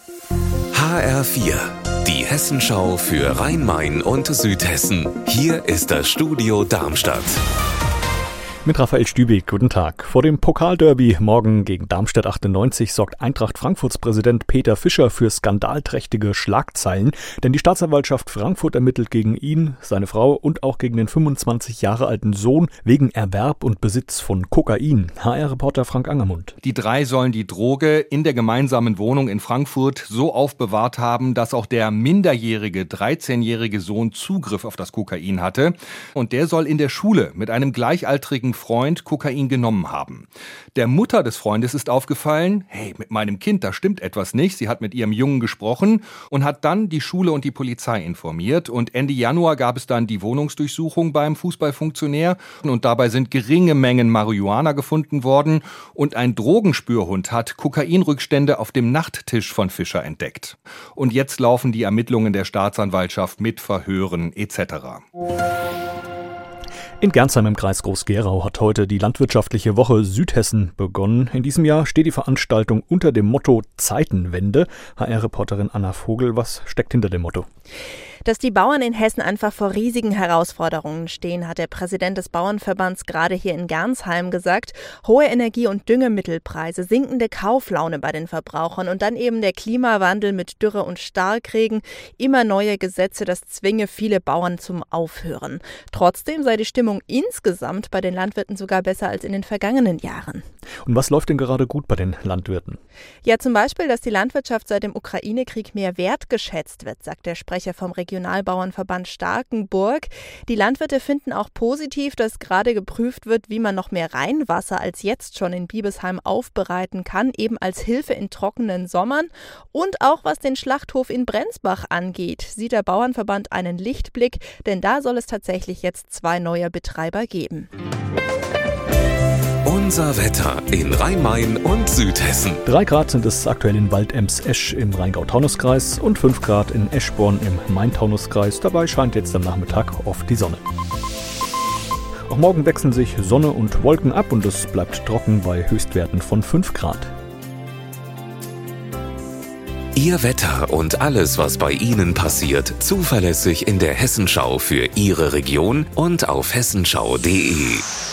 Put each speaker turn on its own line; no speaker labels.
HR4, die Hessenschau für Rhein-Main und Südhessen. Hier ist das Studio Darmstadt.
Mit Raphael Stübig, guten Tag. Vor dem Pokalderby morgen gegen Darmstadt 98 sorgt Eintracht Frankfurts Präsident Peter Fischer für skandalträchtige Schlagzeilen, denn die Staatsanwaltschaft Frankfurt ermittelt gegen ihn, seine Frau und auch gegen den 25 Jahre alten Sohn wegen Erwerb und Besitz von Kokain. HR-Reporter Frank Angermund.
Die drei sollen die Droge in der gemeinsamen Wohnung in Frankfurt so aufbewahrt haben, dass auch der minderjährige 13-jährige Sohn Zugriff auf das Kokain hatte. Und der soll in der Schule mit einem gleichaltrigen Freund Kokain genommen haben. Der Mutter des Freundes ist aufgefallen, hey, mit meinem Kind, da stimmt etwas nicht. Sie hat mit ihrem Jungen gesprochen und hat dann die Schule und die Polizei informiert. Und Ende Januar gab es dann die Wohnungsdurchsuchung beim Fußballfunktionär. Und dabei sind geringe Mengen Marihuana gefunden worden. Und ein Drogenspürhund hat Kokainrückstände auf dem Nachttisch von Fischer entdeckt. Und jetzt laufen die Ermittlungen der Staatsanwaltschaft mit Verhören etc.
In Gernsheim im Kreis Groß-Gerau hat heute die landwirtschaftliche Woche Südhessen begonnen. In diesem Jahr steht die Veranstaltung unter dem Motto Zeitenwende. HR-Reporterin Anna Vogel, was steckt hinter dem Motto?
Dass die Bauern in Hessen einfach vor riesigen Herausforderungen stehen, hat der Präsident des Bauernverbands gerade hier in Gernsheim gesagt. Hohe Energie- und Düngemittelpreise, sinkende Kauflaune bei den Verbrauchern und dann eben der Klimawandel mit Dürre und Starkregen. Immer neue Gesetze, das zwinge viele Bauern zum Aufhören. Trotzdem sei die Stimmung insgesamt bei den Landwirten sogar besser als in den vergangenen Jahren.
Und was läuft denn gerade gut bei den Landwirten?
Ja, zum Beispiel, dass die Landwirtschaft seit dem Ukraine-Krieg mehr wertgeschätzt wird, sagt der Sprecher vom Regionalbauernverband Starkenburg. Die Landwirte finden auch positiv, dass gerade geprüft wird, wie man noch mehr Rheinwasser als jetzt schon in Biebesheim aufbereiten kann, eben als Hilfe in trockenen Sommern. Und auch was den Schlachthof in Brenzbach angeht, sieht der Bauernverband einen Lichtblick, denn da soll es tatsächlich jetzt 2 neue Betreiber geben.
Unser Wetter in Rhein-Main und Südhessen.
3 Grad sind es aktuell in Waldems-Esch im Rheingau-Taunus-Kreis und 5 Grad in Eschborn im Main-Taunus-Kreis. Dabei scheint jetzt am Nachmittag oft die Sonne. Auch morgen wechseln sich Sonne und Wolken ab und es bleibt trocken bei Höchstwerten von 5 Grad.
Ihr Wetter und alles, was bei Ihnen passiert, zuverlässig in der Hessenschau für Ihre Region und auf hessenschau.de.